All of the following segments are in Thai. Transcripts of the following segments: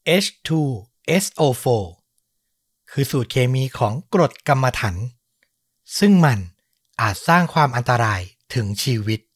H2SO4 คือสูตรเคมีของกรดกัมมันถันซึ่งมันอาจสร้างความอันตรายถึงชีวิต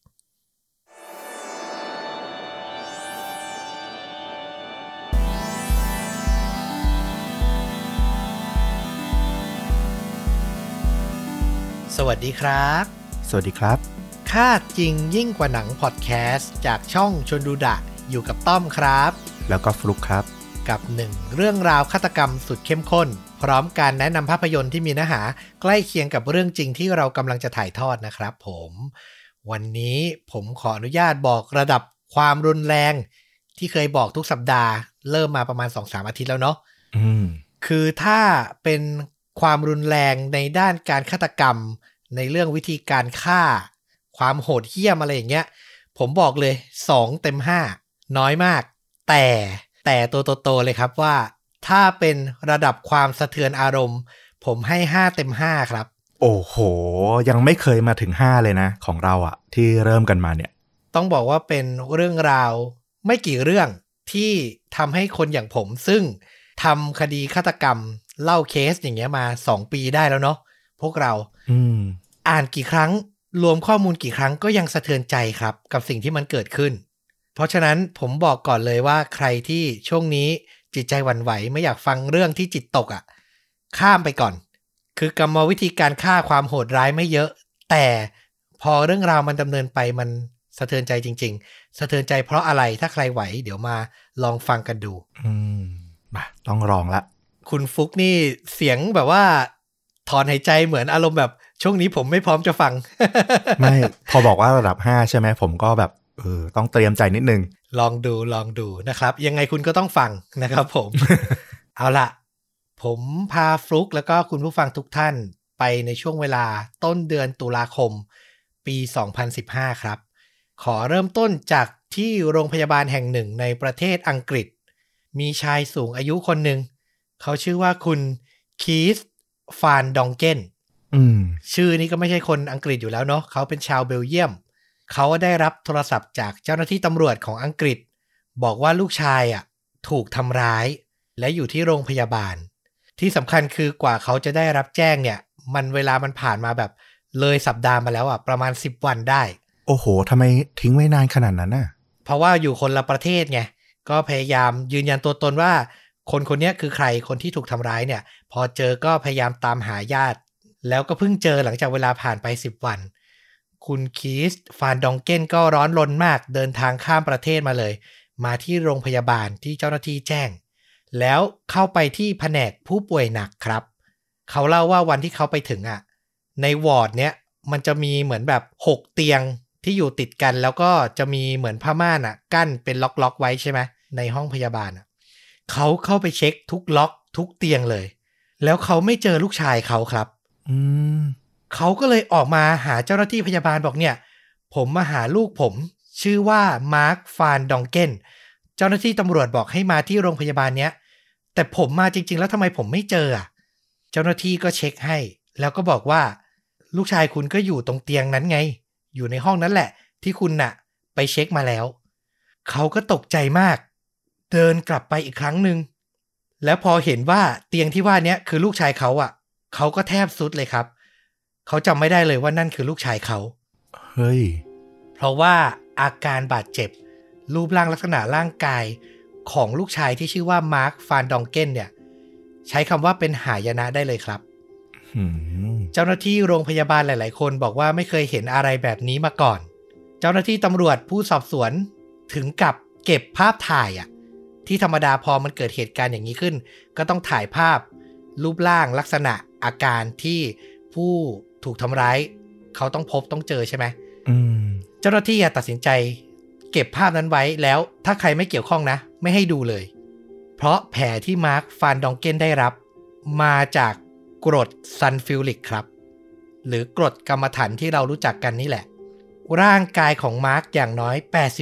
สวัสดีครับสวัสดีครับค่าจริงยิ่งกว่าหนังพอดแคสต์จากช่องชวนดูดะอยู่กับต้อมครับแล้วก็ฟลุ๊กครับกับ1เรื่องราวฆาตกรรมสุดเข้มข้นพร้อมการแนะนำภาพยนตร์ที่มีเนื้อหาใกล้เคียงกับเรื่องจริงที่เรากำลังจะถ่ายทอดนะครับผมวันนี้ผมขออนุญาตบอกระดับความรุนแรงที่เคยบอกทุกสัปดาห์เริ่มมาประมาณ 2-3 อาทิตย์แล้วเนาะคือถ้าเป็นความรุนแรงในด้านการฆาตกรรมในเรื่องวิธีการฆ่าความโหดเหี้ยมอะไรอย่างเงี้ยผมบอกเลย2 เต็ม 5น้อยมากแต่ตัวโตๆเลยครับว่าถ้าเป็นระดับความสะเทือนอารมณ์ผมให้5 เต็ม 5ครับโอ้โหยังไม่เคยมาถึง5เลยนะของเราอะที่เริ่มกันมาเนี่ยต้องบอกว่าเป็นเรื่องราวไม่กี่เรื่องที่ทำให้คนอย่างผมซึ่งทำคดีฆาตกรรมเล่าเคสอย่างเงี้ยมา2 ปีได้แล้วเนาะพวกเราอ่านกี่ครั้งรวมข้อมูลกี่ครั้งก็ยังสะเทือนใจครับกับสิ่งที่มันเกิดขึ้นเพราะฉะนั้นผมบอกก่อนเลยว่าใครที่ช่วงนี้จิตใจหวั่นไหวไม่อยากฟังเรื่องที่จิตตกอ่ะข้ามไปก่อนคือกรรมวิธีการฆ่าความโหดร้ายไม่เยอะแต่พอเรื่องราวมันดำเนินไปมันสะเทือนใจจริงๆสะเทือนใจเพราะอะไรถ้าใครไหวเดี๋ยวมาลองฟังกันดูมาต้องลองละคุณฟุกนี่เสียงแบบว่าถอนหายใจเหมือนอารมณ์แบบช่วงนี้ผมไม่พร้อมจะฟังไม่พอบอกว่าระดับ5ใช่ไหมผมก็แบบต้องเตรียมใจนิดนึงลองดูนะครับยังไงคุณก็ต้องฟังนะครับผม เอาล่ะผมพาฟลุกแล้วก็คุณผู้ฟังทุกท่านไปในช่วงเวลาต้นเดือนตุลาคมปี2015ครับขอเริ่มต้นจากที่โรงพยาบาลแห่งหนึ่งในประเทศอังกฤษมีชายสูงอายุคนหนึ่งเขาชื่อว่าคุณคีธฟานดองเกนชื่อนี้ก็ไม่ใช่คนอังกฤษอยู่แล้วเนาะเขาเป็นชาวเบลเยียมเขาได้รับโทรศัพท์จากเจ้าหน้าที่ตำรวจของอังกฤษบอกว่าลูกชายถูกทำร้ายและอยู่ที่โรงพยาบาลที่สำคัญคือกว่าเขาจะได้รับแจ้งเนี่ยเวลามันผ่านมาแบบเลยสัปดาห์มาแล้วประมาณ10 วันได้โอ้โหทำไมทิ้งไว้นานขนาดนั้นน่ะเพราะว่าอยู่คนละประเทศไงก็พยายามยืนยันตัวตนว่าคนนี้คือใครคนที่ถูกทำร้ายเนี่ยพอเจอก็พยายามตามหาญาติแล้วก็เพิ่งเจอหลังจากเวลาผ่านไป10 วันคุณคีธฟานดองเกนก็ร้อนรนมากเดินทางข้ามประเทศมาเลยมาที่โรงพยาบาลที่เจ้าหน้าที่แจ้งแล้วเข้าไปที่แผนกผู้ป่วยหนักครับเขาเล่าว่าวันที่เขาไปถึงในวอร์ดเนี้ยมันจะมีเหมือนแบบ6 เตียงที่อยู่ติดกันแล้วก็จะมีเหมือนผ้าม่านกั้นเป็นล็อกไว้ใช่ไหมในห้องพยาบาลเขาเข้าไปเช็คทุกล็อกทุกเตียงเลยแล้วเขาไม่เจอลูกชายเขาครับเขาก็เลยออกมาหาเจ้าหน้าที่พยาบาลบอกเนี่ยผมมาหาลูกผมชื่อว่ามาร์คฟานดองเกนเจ้าหน้าที่ตำรวจบอกให้มาที่โรงพยาบาลเนี้ยแต่ผมมาจริงๆแล้วทำไมผมไม่เจอเจ้าหน้าที่ก็เช็คให้แล้วก็บอกว่าลูกชายคุณก็อยู่ตรงเตียงนั้นไงอยู่ในห้องนั้นแหละที่คุณไปเช็คมาแล้วเขาก็ตกใจมากเดินกลับไปอีกครั้งนึงแล้วพอเห็นว่าเตียงที่ว่านี้คือลูกชายเขาเขาก็แทบสุดเลยครับเขาจำไม่ได้เลยว่านั่นคือลูกชายเขาเฮ้ยเพราะว่าอาการบาดเจ็บรูปร่างลักษณะร่างกายของลูกชายที่ชื่อว่ามาร์คฟานดองเกนเนี่ยใช้คำว่าเป็นหายนะได้เลยครับเจ้าหน้าที่โรงพยาบาลหลายๆคนบอกว่าไม่เคยเห็นอะไรแบบนี้มาก่อนเจ้าหน้าที่ตำรวจผู้สอบสวนถึงกับเก็บภาพถ่ายที่ธรรมดาพอมันเกิดเหตุการณ์อย่างนี้ขึ้นก็ต้องถ่ายภาพรูปร่างลักษณะอาการที่ผู้ถูกทำร้ายเขาต้องพบต้องเจอใช่ไหมเจ้าหน้าที่ตัดสินใจเก็บภาพนั้นไว้แล้วถ้าใครไม่เกี่ยวข้องนะไม่ให้ดูเลยเพราะแผลที่มาร์คฟานดองเกนได้รับมาจากกรดซัลฟิวริกครับหรือกรดกัมมันถันที่เรารู้จักกันนี่แหละร่างกายของมาร์คอย่างน้อย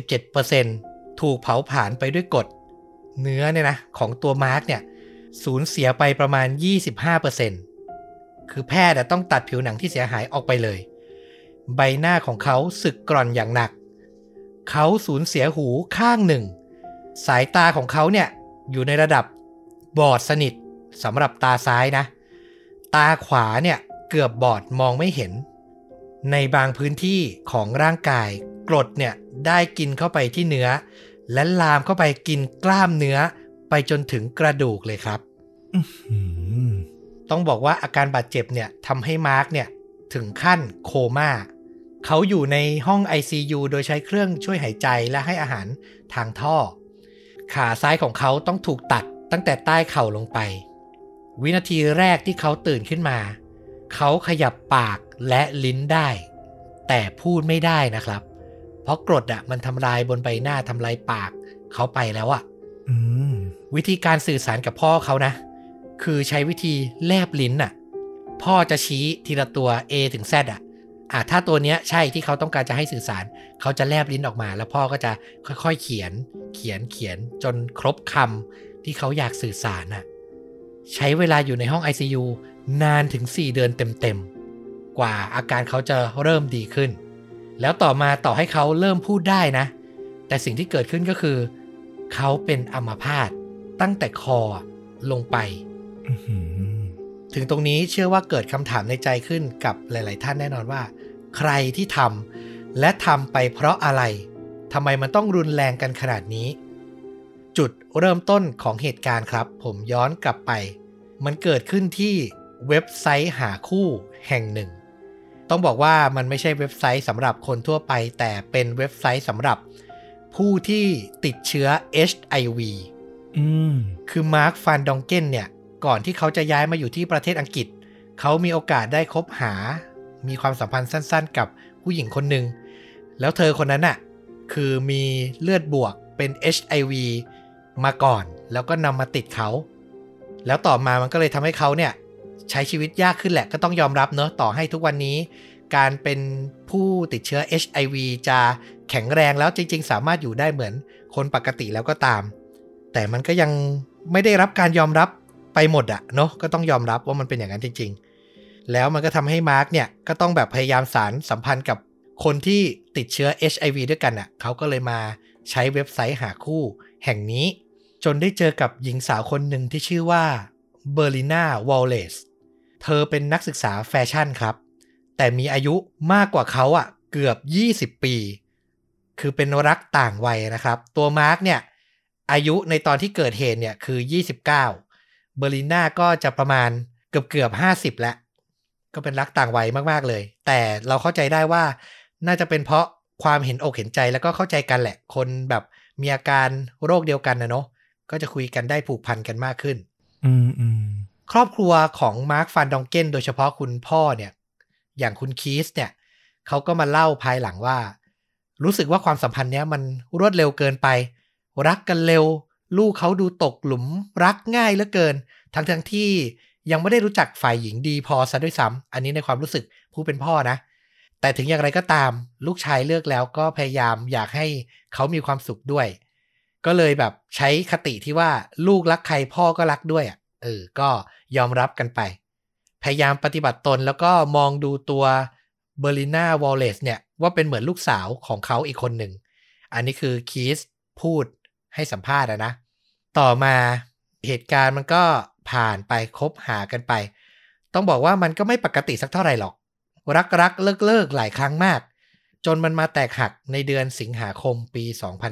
87% ถูกเผาผลาญไปด้วยกรดเนื้อเนี่ยนะของตัวมาร์คเนี่ยสูญเสียไปประมาณ 25% คือแพทย์ต้องตัดผิวหนังที่เสียหายออกไปเลยใบหน้าของเขาสึกกร่อนอย่างหนักเขาสูญเสียหูข้างหนึ่งสายตาของเขาเนี่ยอยู่ในระดับบอดสนิทสำหรับตาซ้ายนะตาขวาเนี่ยเกือบบอดมองไม่เห็นในบางพื้นที่ของร่างกายกรดเนี่ยได้กินเข้าไปที่เนื้อและลามเข้าไปกินกล้ามเนื้อไปจนถึงกระดูกเลยครับต้องบอกว่าอาการบาดเจ็บเนี่ยทำให้มาร์คเนี่ยถึงขั้นโคม่าเขาอยู่ในห้อง ICU โดยใช้เครื่องช่วยหายใจและให้อาหารทางท่อขาซ้ายของเขาต้องถูกตัดตั้งแต่ใต้เข่าลงไปวินาทีแรกที่เขาตื่นขึ้นมาเขาขยับปากและลิ้นได้แต่พูดไม่ได้นะครับเพราะกรดมันทำลายบนใบหน้าทำลายปากเขาไปแล้ววิธีการสื่อสารกับพ่อเขานะคือใช้วิธีแลบลิ้นพ่อจะชี้ทีละตัว A ถึง Z ถ้าตัวเนี้ยใช่ที่เขาต้องการจะให้สื่อสารเขาจะแลบลิ้นออกมาแล้วพ่อก็จะค่อยๆเขียนจนครบคำที่เขาอยากสื่อสารใช้เวลาอยู่ในห้อง ICU นานถึง4 เดือนเต็มๆกว่าอาการเขาจะเริ่มดีขึ้นแล้วต่อให้เขาเริ่มพูดได้นะแต่สิ่งที่เกิดขึ้นก็คือเขาเป็นอัมพาตตั้งแต่คอลงไปถึงตรงนี้เชื่อว่าเกิดคำถามในใจขึ้นกับหลายๆท่านแน่นอนว่าใครที่ทำและทำไปเพราะอะไรทำไมมันต้องรุนแรงกันขนาดนี้จุดเริ่มต้นของเหตุการณ์ครับผมย้อนกลับไปมันเกิดขึ้นที่เว็บไซต์หาคู่แห่งหนึ่งต้องบอกว่ามันไม่ใช่เว็บไซต์สำหรับคนทั่วไปแต่เป็นเว็บไซต์สำหรับผู้ที่ติดเชื้อ HIV คือมาร์ค ฟานดองเกนเนี่ยก่อนที่เขาจะย้ายมาอยู่ที่ประเทศอังกฤษเขามีโอกาสได้คบหามีความสัมพันธ์สั้นๆกับผู้หญิงคนหนึ่งแล้วเธอคนนั้นคือมีเลือดบวกเป็น HIV มาก่อนแล้วก็นำมาติดเขาแล้วต่อมามันก็เลยทำให้เขาเนี่ยใช้ชีวิตยากขึ้นแหละก็ต้องยอมรับเนอะต่อให้ทุกวันนี้การเป็นผู้ติดเชื้อ HIV จะแข็งแรงแล้วจริงๆสามารถอยู่ได้เหมือนคนปกติแล้วก็ตามแต่มันก็ยังไม่ได้รับการยอมรับไปหมดเนอะก็ต้องยอมรับว่ามันเป็นอย่างนั้นจริงๆแล้วมันก็ทำให้มาร์คเนี่ยก็ต้องแบบพยายามสานสัมพันธ์กับคนที่ติดเชื้อ HIV ด้วยกันเขาก็เลยมาใช้เว็บไซต์หาคู่แห่งนี้จนได้เจอกับหญิงสาวคนหนึ่งที่ชื่อว่าเบอร์ลิน่าวอลเลซเธอเป็นนักศึกษาแฟชั่นครับแต่มีอายุมากกว่าเขาเกือบ20 ปีคือเป็นรักต่างวัยนะครับตัวมาร์คเนี่ยอายุในตอนที่เกิดเหตุเนี่ยคือ29เบอร์ลิน่าก็จะประมาณเกือบ50แล้วก็เป็นรักต่างวัยมากๆเลยแต่เราเข้าใจได้ว่าน่าจะเป็นเพราะความเห็นอกเห็นใจแล้วก็เข้าใจกันแหละคนแบบมีอาการโรคเดียวกันเนาะก็จะคุยกันได้ผูกพันกันมากขึ้นครอบครัวของมาร์ค ฟานดองเกนโดยเฉพาะคุณพ่อเนี่ยอย่างคุณคีสเนี่ยเขาก็มาเล่าภายหลังว่ารู้สึกว่าความสัมพันธ์เนี้ยมันรวดเร็วเกินไปรักกันเร็วลูกเขาดูตกหลุมรักง่ายเหลือเกินทั้งที่ยังไม่ได้รู้จักฝ่ายหญิงดีพอซะด้วยซ้ำอันนี้ในความรู้สึกผู้เป็นพ่อนะแต่ถึงอย่างไรก็ตามลูกชายเลือกแล้วก็พยายามอยากให้เขามีความสุขด้วยก็เลยแบบใช้คติที่ว่าลูกรักใครพ่อก็รักด้วยก็ยอมรับกันไปพยายามปฏิบัติตนแล้วก็มองดูตัวเบอร์ลิน่าวอลเลซเนี่ยว่าเป็นเหมือนลูกสาวของเขาอีกคนหนึ่งอันนี้คือคีสพูดให้สัมภาษณ์นะต่อมาเหตุการณ์มันก็ผ่านไปคบหากันไปต้องบอกว่ามันก็ไม่ปกติสักเท่าไหร่หรอกรักเลิกหลายครั้งมากจนมันมาแตกหักในเดือนสิงหาคมปี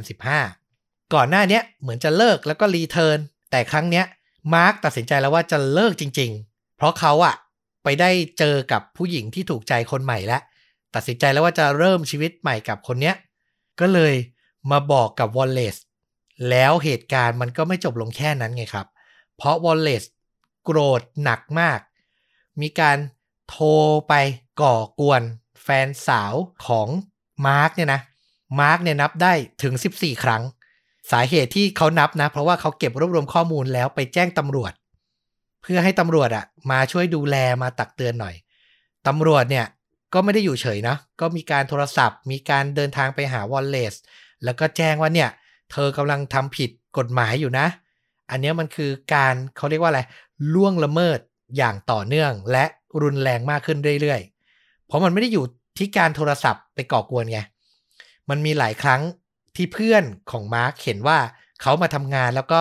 2015ก่อนหน้านี้เหมือนจะเลิกแล้วก็รีเทิร์นแต่ครั้งเนี้ยมาร์คตัดสินใจแล้วว่าจะเลิกจริงๆเพราะเขาไปได้เจอกับผู้หญิงที่ถูกใจคนใหม่แล้วตัดสินใจแล้วว่าจะเริ่มชีวิตใหม่กับคนเนี้ยก็เลยมาบอกกับวอลเลซแล้วเหตุการณ์มันก็ไม่จบลงแค่นั้นไงครับเพราะวอลเลซโกรธหนักมากมีการโทรไปก่อกวนแฟนสาวของมาร์คเนี่ยนะมาร์คเนี่ยนับได้ถึง14 ครั้งสาเหตุที่เขานับนะเพราะว่าเขาเก็บรวบรวมข้อมูลแล้วไปแจ้งตำรวจเพื่อให้ตำรวจมาช่วยดูแลมาตักเตือนหน่อยตำรวจเนี่ยก็ไม่ได้อยู่เฉยนะก็มีการโทรศัพท์มีการเดินทางไปหาวอลเลซแล้วก็แจ้งว่าเนี่ยเธอกำลังทำผิดกฎหมายอยู่นะอันนี้มันคือการเขาเรียกว่าอะไรล่วงละเมิดอย่างต่อเนื่องและรุนแรงมากขึ้นเรื่อยๆเพราะมันไม่ได้อยู่ที่การโทรศัพท์ไปก่อกวนไงมันมีหลายครั้งที่เพื่อนของมาร์คเห็นว่าเขามาทำงานแล้วก็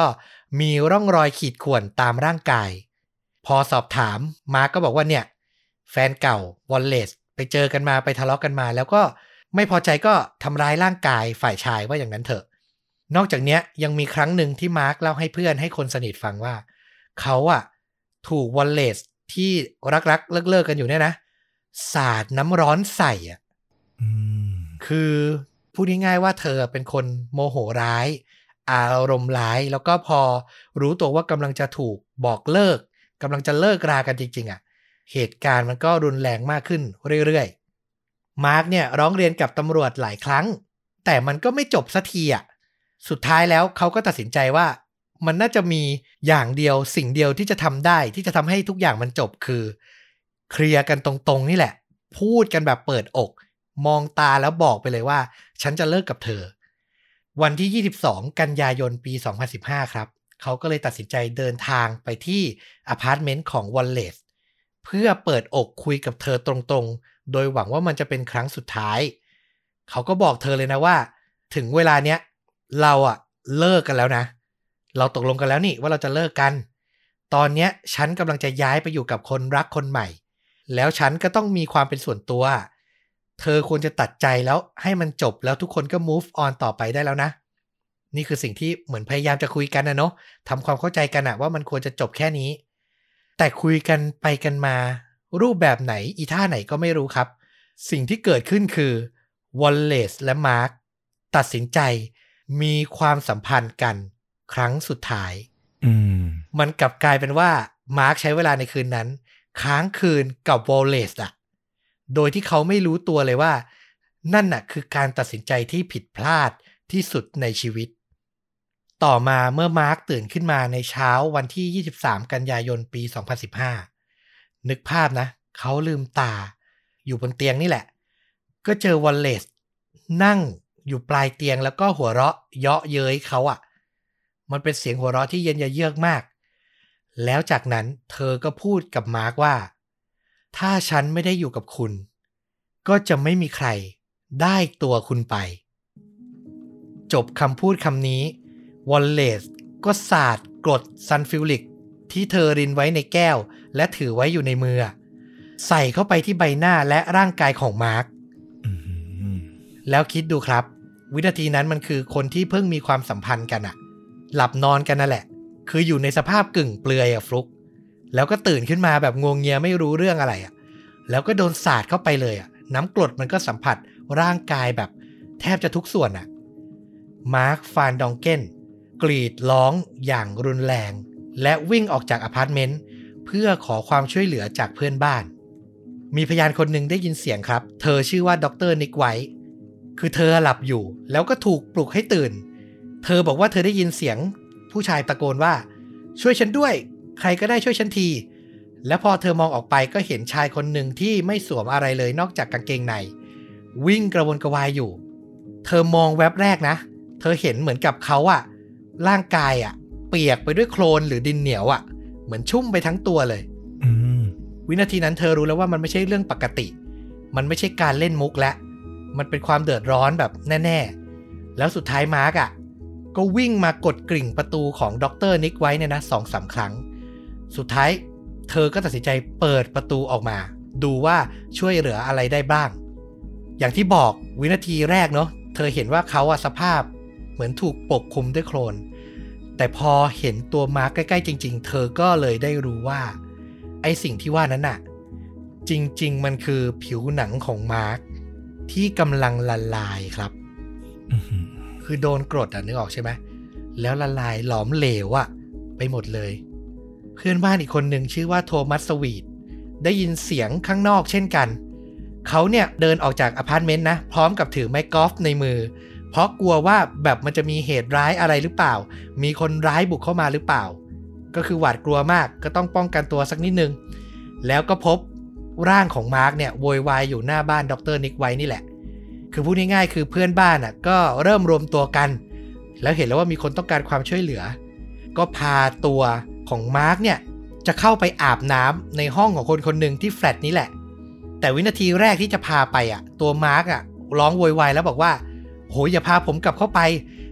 มีร่องรอยขีดข่วนตามร่างกายพอสอบถามมาร์กก็บอกว่าเนี่ยแฟนเก่าวอลเลซไปเจอกันมาไปทะเลาะกันมาแล้วก็ไม่พอใจก็ทำร้ายร่างกายฝ่ายชายว่าอย่างนั้นเถอะนอกจากนี้ยังมีครั้งหนึ่งที่มาร์กเล่าให้เพื่อนให้คนสนิทฟังว่าเขาอะถูกวอลเลซที่รักๆเลิกๆกันอยู่เนี่ยนะสาดน้ำร้อนใส่อะคือพูดง่ายๆว่าเธอเป็นคนโมโหร้ายอารมณ์ร้ายแล้วก็พอรู้ตัวว่ากำลังจะถูกบอกเลิกกำลังจะเลิกรากันจริงๆอ่ะเหตุการณ์มันก็รุนแรงมากขึ้นเรื่อยๆมาร์กเนี่ยร้องเรียนกับตำรวจหลายครั้งแต่มันก็ไม่จบสักทีอ่ะสุดท้ายแล้วเขาก็ตัดสินใจว่ามันน่าจะมีอย่างเดียวสิ่งเดียวที่จะทำได้ที่จะทำให้ทุกอย่างมันจบคือเคลียร์กันตรงๆนี่แหละพูดกันแบบเปิดอกมองตาแล้วบอกไปเลยว่าฉันจะเลิกกับเธอวันที่22กันยายนปี2015ครับเขาก็เลยตัดสินใจเดินทางไปที่อพาร์ตเมนต์ของวอลเลซเพื่อเปิดอกคุยกับเธอตรงๆโดยหวังว่ามันจะเป็นครั้งสุดท้ายเขาก็บอกเธอเลยนะว่าถึงเวลาเนี้ยเราอะเลิกกันแล้วนะเราตกลงกันแล้วนี่ว่าเราจะเลิกกันตอนเนี้ยฉันกำลังจะย้ายไปอยู่กับคนรักคนใหม่แล้วฉันก็ต้องมีความเป็นส่วนตัวเธอควรจะตัดใจแล้วให้มันจบแล้วทุกคนก็ move on ต่อไปได้แล้วนะนี่คือสิ่งที่เหมือนพยายามจะคุยกันนะเนาะทำความเข้าใจกันอะว่ามันควรจะจบแค่นี้แต่คุยกันไปกันมารูปแบบไหนอีท่าไหนก็ไม่รู้ครับสิ่งที่เกิดขึ้นคือวอลเลซและมาร์คตัดสินใจมีความสัมพันธ์กันครั้งสุดท้ายมันกลับกลายเป็นว่ามาร์คใช้เวลาในคืนนั้นค้างคืนกับวอลเลซอะโดยที่เขาไม่รู้ตัวเลยว่านั่นน่ะคือการตัดสินใจที่ผิดพลาดที่สุดในชีวิตต่อมาเมื่อมาร์คตื่นขึ้นมาในเช้าวันที่23กันยายนปี2015นึกภาพนะเขาลืมตาอยู่บนเตียงนี่แหละก็เจอวอลเลซนั่งอยู่ปลายเตียงแล้วก็หัวเราะเยาะเย้ยเขาอ่ะมันเป็นเสียงหัวเราะที่เย็นเยือกมากแล้วจากนั้นเธอก็พูดกับมาร์คว่าถ้าฉันไม่ได้อยู่กับคุณก็จะไม่มีใครได้ตัวคุณไปจบคำพูดคำนี้วอลเลซก็สาดกรดซัลฟิวริกที่เธอรินไว้ในแก้วและถือไว้อยู่ในมือใส่เข้าไปที่ใบหน้าและร่างกายของมาร์คแล้วคิดดูครับวินาทีนั้นมันคือคนที่เพิ่งมีความสัมพันธ์กันอะหลับนอนกันนั่นแหละคืออยู่ในสภาพกึ่งเปลือยฟลุกแล้วก็ตื่นขึ้นมาแบบงวงเงียไม่รู้เรื่องอะไรแล้วก็โดนสาดเข้าไปเลยน้ำกรดมันก็สัมผัสร่างกายแบบแทบจะทุกส่วนมาร์คฟานดองเกนกรีดร้องอย่างรุนแรงและวิ่งออกจากอพาร์ตเมนต์เพื่อขอความช่วยเหลือจากเพื่อนบ้านมีพยานคนหนึ่งได้ยินเสียงครับเธอชื่อว่าดร.นิกไวท์คือเธอหลับอยู่แล้วก็ถูกปลุกให้ตื่นเธอบอกว่าเธอได้ยินเสียงผู้ชายตะโกนว่าช่วยฉันด้วยใครก็ได้ช่วยฉันทีและพอเธอมองออกไปก็เห็นชายคนหนึ่งที่ไม่สวมอะไรเลยนอกจากกางเกงในวิ่งกระวนกระวายอยู่เธอมองแวบแรกนะเธอเห็นเหมือนกับเขาร่างกายเปียกไปด้วยโคลนหรือดินเหนียวเหมือนชุ่มไปทั้งตัวเลยวินาทีนั้นเธอรู้แล้วว่ามันไม่ใช่เรื่องปกติมันไม่ใช่การเล่นมุกและมันเป็นความเดือดร้อนแบบแน่ๆแล้วสุดท้ายมาร์คก็วิ่งมากดกริ่งประตูของดร.นิกไว้เนี่ยนะ 2-3 ครั้งสุดท้ายเธอก็ตัดสินใจเปิดประตูออกมาดูว่าช่วยเหลืออะไรได้บ้างอย่างที่บอกวินาทีแรกเนาะเธอเห็นว่าเขาสภาพเหมือนถูกปกคลุมด้วยโคลนแต่พอเห็นตัวมาร์คใกล้ๆจริงๆเธอก็เลยได้รู้ว่าไอ้สิ่งที่ว่านั้นจริงๆมันคือผิวหนังของมาร์คที่กำลังละลายครับคือโดนกรดนึกออกใช่ไหมแล้วละลายหลอมเหลวไปหมดเลยเพื่อนบ้านอีกคนหนึ่งชื่อว่าโทมัสสวีทได้ยินเสียงข้างนอกเช่นกันเขาเนี่ยเดินออกจากอพาร์ตเมนต์นะพร้อมกับถือไม้กอล์ฟในมือเพราะกลัวว่าแบบมันจะมีเหตุร้ายอะไรหรือเปล่ามีคนร้ายบุกเข้ามาหรือเปล่าก็คือหวาดกลัวมากก็ต้องป้องกันตัวสักนิดนึงแล้วก็พบร่างของมาร์คเนี่ยโวยวายอยู่หน้าบ้านดร.นิกไวท์นี่แหละคือพูดง่ายๆคือเพื่อนบ้านก็เริ่มรวมตัวกันแล้วเห็นแล้วว่ามีคนต้องการความช่วยเหลือก็พาตัวของมาร์คเนี่ยจะเข้าไปอาบน้ำในห้องของคนคนหนึ่งที่แฟลตนี้แหละแต่วินาทีแรกที่จะพาไปตัวมาร์คร้องโวยวายแล้วบอกว่าโหอย่าพาผมกลับเข้าไป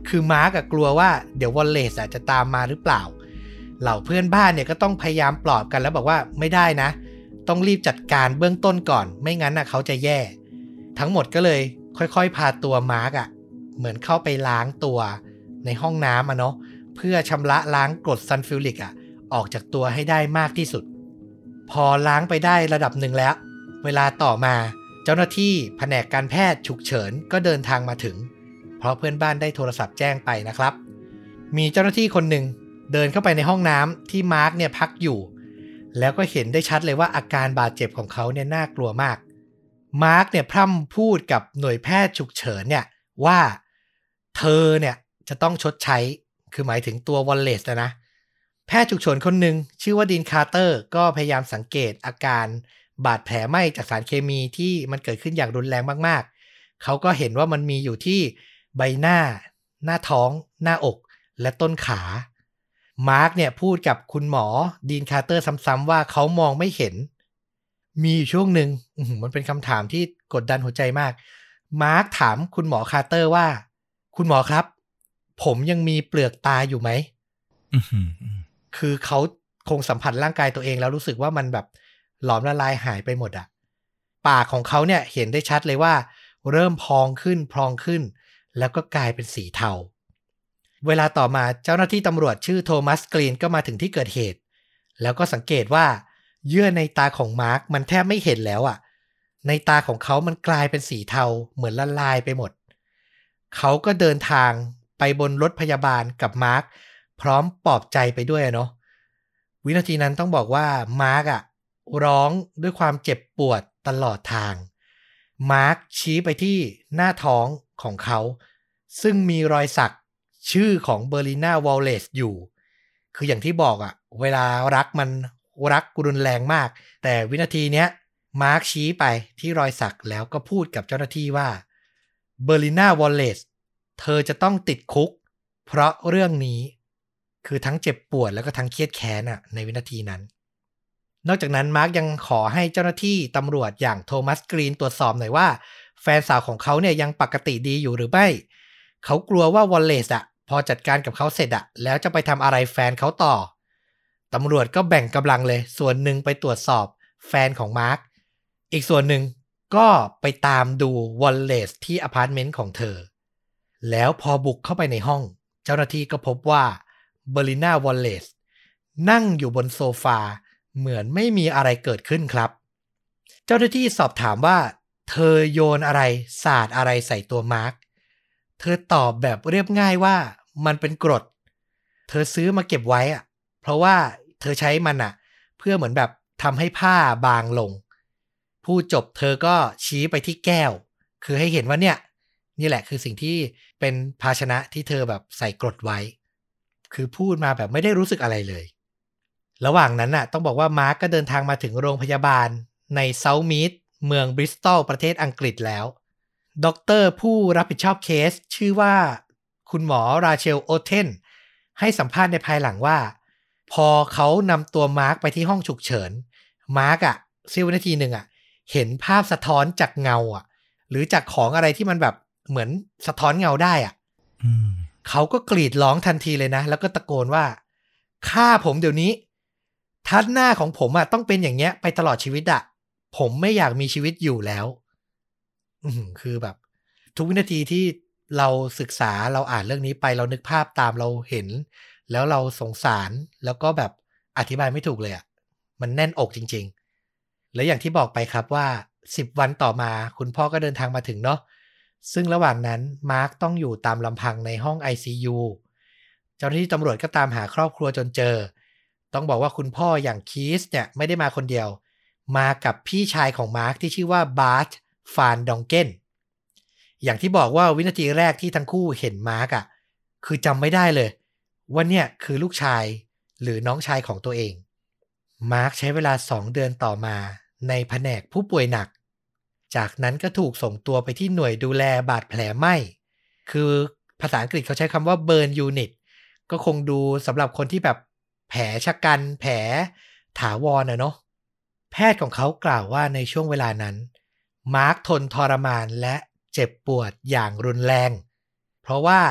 คือมาร์กกลัวว่าเดี๋ยววอลเลซจะตามมาหรือเปล่าเหล่าเพื่อนบ้านเนี่ยก็ต้องพยายามปลอบกันแล้วบอกว่าไม่ได้นะต้องรีบจัดการเบื้องต้นก่อนไม่งั้นเขาจะแย่ทั้งหมดก็เลยค่อยๆพาตัวมาร์กเหมือนเข้าไปล้างตัวในห้องน้ำเนาะเพื่อชำระล้างกรดซัลฟิวริกออกจากตัวให้ได้มากที่สุดพอล้างไปได้ระดับหนึ่งแล้วเวลาต่อมาเจ้าหน้าที่แผนกการแพทย์ฉุกเฉินก็เดินทางมาถึงเพราะเพื่อนบ้านได้โทรศัพท์แจ้งไปนะครับมีเจ้าหน้าที่คนหนึ่งเดินเข้าไปในห้องน้ำที่มาร์กเนี่ยพักอยู่แล้วก็เห็นได้ชัดเลยว่าอาการบาดเจ็บของเขาเนี่ยน่ากลัวมากมาร์กเนี่ยพร่ำพูดกับหน่วยแพทย์ฉุกเฉินเนี่ยว่าเธอเนี่ยจะต้องชดใช้คือหมายถึงตัววอลเลซนะแพทย์ฉุกเฉินคนหนึ่งชื่อว่าดีนคาร์เตอร์ก็พยายามสังเกตอาการบาดแผลไหม้จากสารเคมีที่มันเกิดขึ้นอย่างรุนแรงมากๆเขาก็เห็นว่ามันมีอยู่ที่ใบหน้าหน้าท้องหน้าอกและต้นขามาร์กเนี่ยพูดกับคุณหมอดีนคาร์เตอร์ซ้ำๆว่าเขามองไม่เห็นมีช่วงหนึ่งมันเป็นคำถามที่กดดันหัวใจมากมาร์กถามคุณหมอคาร์เตอร์ว่าคุณหมอครับผมยังมีเปลือกตาอยู่ไหมคือเขาคงสัมผัสร่างกายตัวเองแล้วรู้สึกว่ามันแบบหลอมละลายหายไปหมดปากของเขาเนี่ยเห็นได้ชัดเลยว่าเริ่มพองขึ้นแล้วก็กลายเป็นสีเทาเวลาต่อมาเจ้าหน้าที่ตำรวจชื่อโทมัสกรีนก็มาถึงที่เกิดเหตุแล้วก็สังเกตว่าเยื่อในตาของมาร์คมันแทบไม่เห็นแล้วในตาของเขามันกลายเป็นสีเทาเหมือนละลายไปหมดเขาก็เดินทางไปบนรถพยาบาลกับมาร์คพร้อมปลอบใจไปด้วยเนาะวินาทีนั้นต้องบอกว่ามาร์คร้องด้วยความเจ็บปวดตลอดทางมาร์คชี้ไปที่หน้าท้องของเขาซึ่งมีรอยสักชื่อของเบอร์ลิน่าวอลเลซอยู่คืออย่างที่บอกเวลารักมันรักรุนแรงมากแต่วินาทีเนี้ยมาร์คชี้ไปที่รอยสักแล้วก็พูดกับเจ้าหน้าที่ว่าเบอร์ลิน่าวอลเลซเธอจะต้องติดคุกเพราะเรื่องนี้คือทั้งเจ็บปวดแล้วก็ทั้งเครียดแค้นในวินาทีนั้นนอกจากนั้นมาร์คยังขอให้เจ้าหน้าที่ตำรวจอย่างโทมัสกรีนตรวจสอบหน่อยว่าแฟนสาวของเขาเนี่ยยังปกติดีอยู่หรือไม่เขากลัวว่าวอลเลซพอจัดการกับเขาเสร็จแล้วจะไปทำอะไรแฟนเขาต่อตำรวจก็แบ่งกำลังเลยส่วนหนึ่งไปตรวจสอบแฟนของมาร์คอีกส่วนหนึ่งก็ไปตามดูวอลเลซที่อพาร์ตเมนต์ของเธอแล้วพอบุกเข้าไปในห้องเจ้าหน้าที่ก็พบว่าเบอร์ลิน่าวอลเลซนั่งอยู่บนโซฟาเหมือนไม่มีอะไรเกิดขึ้นครับเจ้าหน้าที่สอบถามว่าเธอโยนอะไรสาดอะไรใส่ตัวมาร์คเธอตอบแบบเรียบง่ายว่ามันเป็นกรดเธอซื้อมาเก็บไว้เพราะว่าเธอใช้มันเพื่อเหมือนแบบทำให้ผ้าบางลงพูดจบเธอก็ชี้ไปที่แก้วคือให้เห็นว่านี่แหละคือสิ่งที่เป็นภาชนะที่เธอแบบใส่กรดไว้คือพูดมาแบบไม่ได้รู้สึกอะไรเลยระหว่างนั้นต้องบอกว่ามาร์คก็เดินทางมาถึงโรงพยาบาลในเซาท์มีดเมืองบริสตอลประเทศอังกฤษแล้วด็อกเตอร์ผู้รับผิดชอบเคสชื่อว่าคุณหมอราเชลโอเทนให้สัมภาษณ์ในภายหลังว่าพอเขานำตัวมาร์คไปที่ห้องฉุกเฉินมาร์คเสี้ยววินาทีหนึ่งเห็นภาพสะท้อนจากเงาหรือจากของอะไรที่มันแบบเหมือนสะท้อนเงาได้เขาก็กรีดร้องทันทีเลยนะแล้วก็ตะโกนว่าฆ่าผมเดี๋ยวนี้ทัดหน้าของผมต้องเป็นอย่างเงี้ยไปตลอดชีวิตผมไม่อยากมีชีวิตอยู่แล้วคือแบบทุกวินาทีที่เราศึกษาเราอ่านเรื่องนี้ไปเรานึกภาพตามเราเห็นแล้วเราสงสารแล้วก็แบบอธิบายไม่ถูกเลยมันแน่นอกจริงๆและอย่างที่บอกไปครับว่า10วันต่อมาคุณพ่อก็เดินทางมาถึงเนาะซึ่งระหว่างนั้นมาร์คต้องอยู่ตามลำพังในห้อง ICU เจ้าหน้าที่ตำรวจก็ตามหาครอบครัวจนเจอต้องบอกว่าคุณพ่ออย่างคีสเนี่ยไม่ได้มาคนเดียวมากับพี่ชายของมาร์คที่ชื่อว่าบาร์ตฟานดองเกนอย่างที่บอกว่าวินาทีแรกที่ทั้งคู่เห็นมาร์คคือจำไม่ได้เลยว่าเนี่ยคือลูกชายหรือน้องชายของตัวเองมาร์คใช้เวลา2เดือนต่อมาในแผนกผู้ป่วยหนักจากนั้นก็ถูกส่งตัวไปที่หน่วยดูแลบาดแผลไหม้คือภาษาอังกฤษเขาใช้คำว่า burn unit ก็คงดูสำหรับคนที่แบบแผลชะกันแผลถาวรเนาะแพทย์ของเขากล่าวว่าในช่วงเวลานั้นมาร์คทนทรมานและเจ็บปวดอย่างรุนแรงเพราะว่า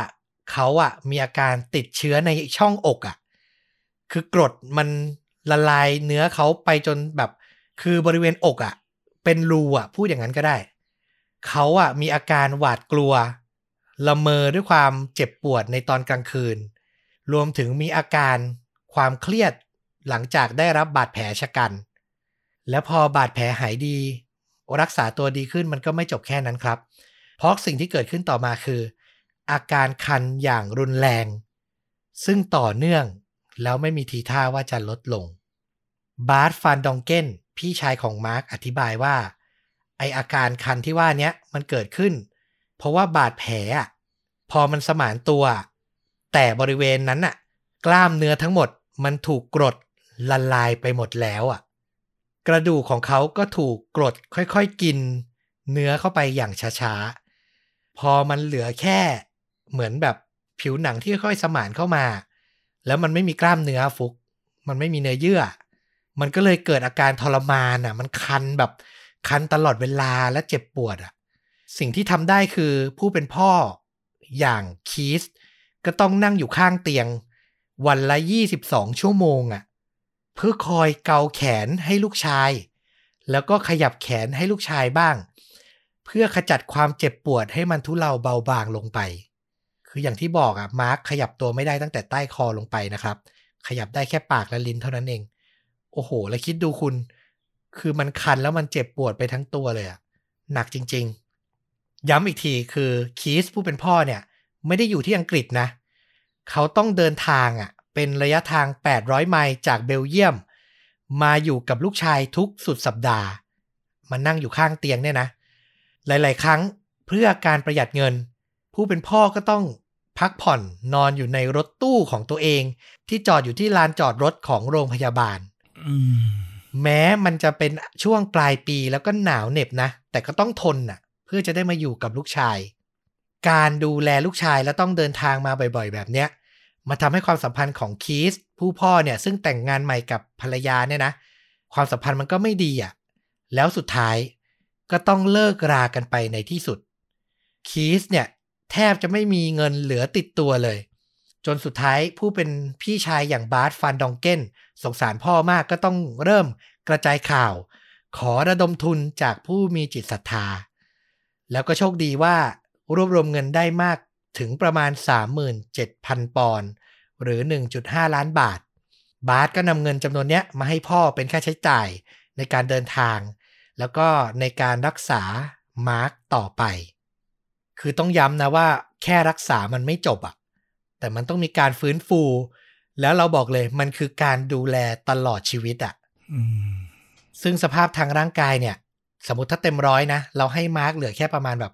เขาอะมีอาการติดเชื้อในช่องอกอะคือกรดมันละลายเนื้อเขาไปจนแบบคือบริเวณอกอะเป็นรูอะพูดอย่างนั้นก็ได้เขาอะมีอาการหวาดกลัวละเมอด้วยความเจ็บปวดในตอนกลางคืนรวมถึงมีอาการความเครียดหลังจากได้รับบาดแผลชะกันแล้วพอบาดแผลหายดีรักษาตัวดีขึ้นมันก็ไม่จบแค่นั้นครับเพราะสิ่งที่เกิดขึ้นต่อมาคืออาการคันอย่างรุนแรงซึ่งต่อเนื่องแล้วไม่มีทีท่าว่าจะลดลงบาร์ต ฟานดองเกนพี่ชายของมาร์คอธิบายว่าไออาการคันที่ว่านี้มันเกิดขึ้นเพราะว่าบาดแผลพอมันสมานตัวแต่บริเวณนั้นกล้ามเนื้อทั้งหมดมันถูกกรดละลายไปหมดแล้วกระดูกของเขาก็ถูกกรดค่อยๆกินเนื้อเข้าไปอย่างช้าๆพอมันเหลือแค่เหมือนแบบผิวหนังที่ค่อยๆสมานเข้ามาแล้วมันไม่มีกล้ามเนื้อฟุกมันไม่มีเนื้อเยื่อมันก็เลยเกิดอาการทรมานมันคันแบบคันตลอดเวลาและเจ็บปวดสิ่งที่ทำได้คือผู้เป็นพ่ออย่างคีสก็ต้องนั่งอยู่ข้างเตียงวันละ22ชั่วโมงเพื่อคอยเกาแขนให้ลูกชายแล้วก็ขยับแขนให้ลูกชายบ้างเพื่อขจัดความเจ็บปวดให้มันทุเลาเบาบางลงไปคืออย่างที่บอกมาร์คขยับตัวไม่ได้ตั้งแต่ใต้คอลงไปนะครับขยับได้แค่ปากและลิ้นเท่านั้นเองโอ้โหแล้วคิดดูคุณคือมันคันแล้วมันเจ็บปวดไปทั้งตัวเลยหนักจริงๆย้ำอีกทีคือคีสผู้เป็นพ่อเนี่ยไม่ได้อยู่ที่อังกฤษนะเขาต้องเดินทางเป็นระยะทาง800ไมล์จากเบลเยียมมาอยู่กับลูกชายทุกสุดสัปดาห์มานั่งอยู่ข้างเตียงเนี่ยนะหลายๆครั้งเพื่อการประหยัดเงินผู้เป็นพ่อก็ต้องพักผ่อนนอนอยู่ในรถตู้ของตัวเองที่จอดอยู่ที่ลานจอดรถของโรงพยาบาลแม้มันจะเป็นช่วงปลายปีแล้วก็หนาวเหน็บนะแต่ก็ต้องทนเพื่อจะได้มาอยู่กับลูกชายการดูแลลูกชายและต้องเดินทางมาบ่อยๆแบบเนี้ยมาทำให้ความสัมพันธ์ของคีสผู้พ่อเนี่ยซึ่งแต่งงานใหม่กับภรรยาเนี่ยนะความสัมพันธ์มันก็ไม่ดีแล้วสุดท้ายก็ต้องเลิกรากันไปในที่สุดคีสเนี่ยแทบจะไม่มีเงินเหลือติดตัวเลยจนสุดท้ายผู้เป็นพี่ชายอย่างบาร์ต ฟานดองเกนสงสารพ่อมากก็ต้องเริ่มกระจายข่าวขอระดมทุนจากผู้มีจิตศรัทธาแล้วก็โชคดีว่ารวบรวมเงินได้มากถึงประมาณ 37,000 ปอนด์หรือ 1.5 ล้านบาทบาร์ตก็นำเงินจำนวนนี้มาให้พ่อเป็นค่าใช้จ่ายในการเดินทางแล้วก็ในการรักษามาร์คต่อไปคือต้องย้ำนะว่าแค่รักษามันไม่จบแต่มันต้องมีการฟื้นฟูแล้วเราบอกเลยมันคือการดูแลตลอดชีวิตซึ่งสภาพทางร่างกายเนี่ยสมมติถ้าเต็ม100นะเราให้มาร์คเหลือแค่ประมาณแบบ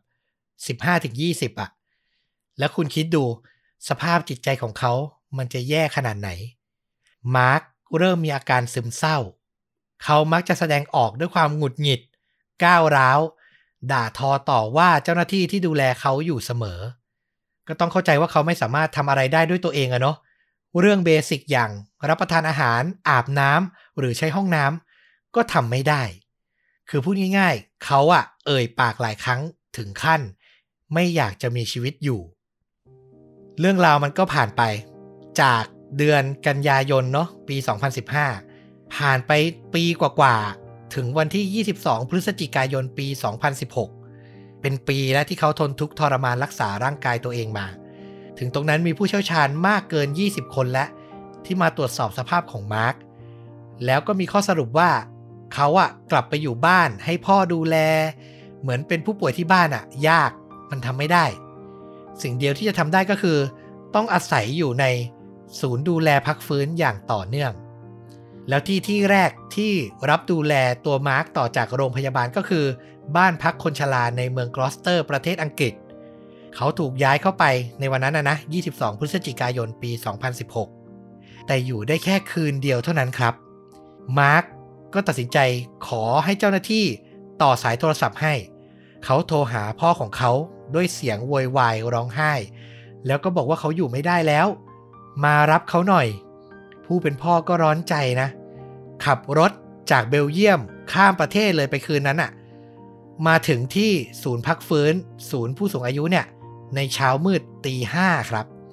15-20แล้วคุณคิดดูสภาพจิตใจของเขามันจะแย่ขนาดไหนมาร์คเริ่มมีอาการซึมเศร้าเขามักจะแสดงออกด้วยความหงุดหงิดก้าวร้าวด่าทอต่อว่าเจ้าหน้าที่ที่ดูแลเขาอยู่เสมอก็ต้องเข้าใจว่าเขาไม่สามารถทำอะไรได้ด้วยตัวเองเนาะเรื่องเบสิกอย่างรับประทานอาหารอาบน้ำหรือใช้ห้องน้ำก็ทำไม่ได้คือพูดง่ายๆเขาเอ่ยปากหลายครั้งถึงขั้นไม่อยากจะมีชีวิตอยู่เรื่องราวมันก็ผ่านไปจากเดือนกันยายนเนาะปี2015ผ่านไปปีกว่าๆถึงวันที่22พฤศจิกายนปี2016เป็นปีแล้วที่เขาทนทุกข์ทรมานรักษาร่างกายตัวเองมาถึงตรงนั้นมีผู้เชี่ยวชาญมากเกิน20คนแล้วที่มาตรวจสอบสภาพของมาร์คแล้วก็มีข้อสรุปว่าเขากลับไปอยู่บ้านให้พ่อดูแลเหมือนเป็นผู้ป่วยที่บ้านยากมันทำไม่ได้สิ่งเดียวที่จะทำได้ก็คือต้องอาศัยอยู่ในศูนย์ดูแลพักฟื้นอย่างต่อเนื่องแล้วที่แรกที่รับดูแลตัวมาร์คต่อจากโรงพยาบาลก็คือบ้านพักคนชราในเมืองกลอสเตอร์ประเทศอังกฤษเขาถูกย้ายเข้าไปในวันนั้นนะ22พฤศจิกายนปี2016แต่อยู่ได้แค่คืนเดียวเท่านั้นครับมาร์คก็ตัดสินใจขอให้เจ้าหน้าที่ต่อสายโทรศัพท์ให้เขาโทรหาพ่อของเขาด้วยเสียงโวยวายร้องไห้แล้วก็บอกว่าเขาอยู่ไม่ได้แล้วมารับเขาหน่อยผู้เป็นพ่อก็ร้อนใจนะขับรถจากเบลเยียมข้ามประเทศเลยไปคืนนั้นมาถึงที่ศูนย์พักฟื้นศูนย์ผู้สูงอายุเนี่ยในเช้ามืดตี 5ครับ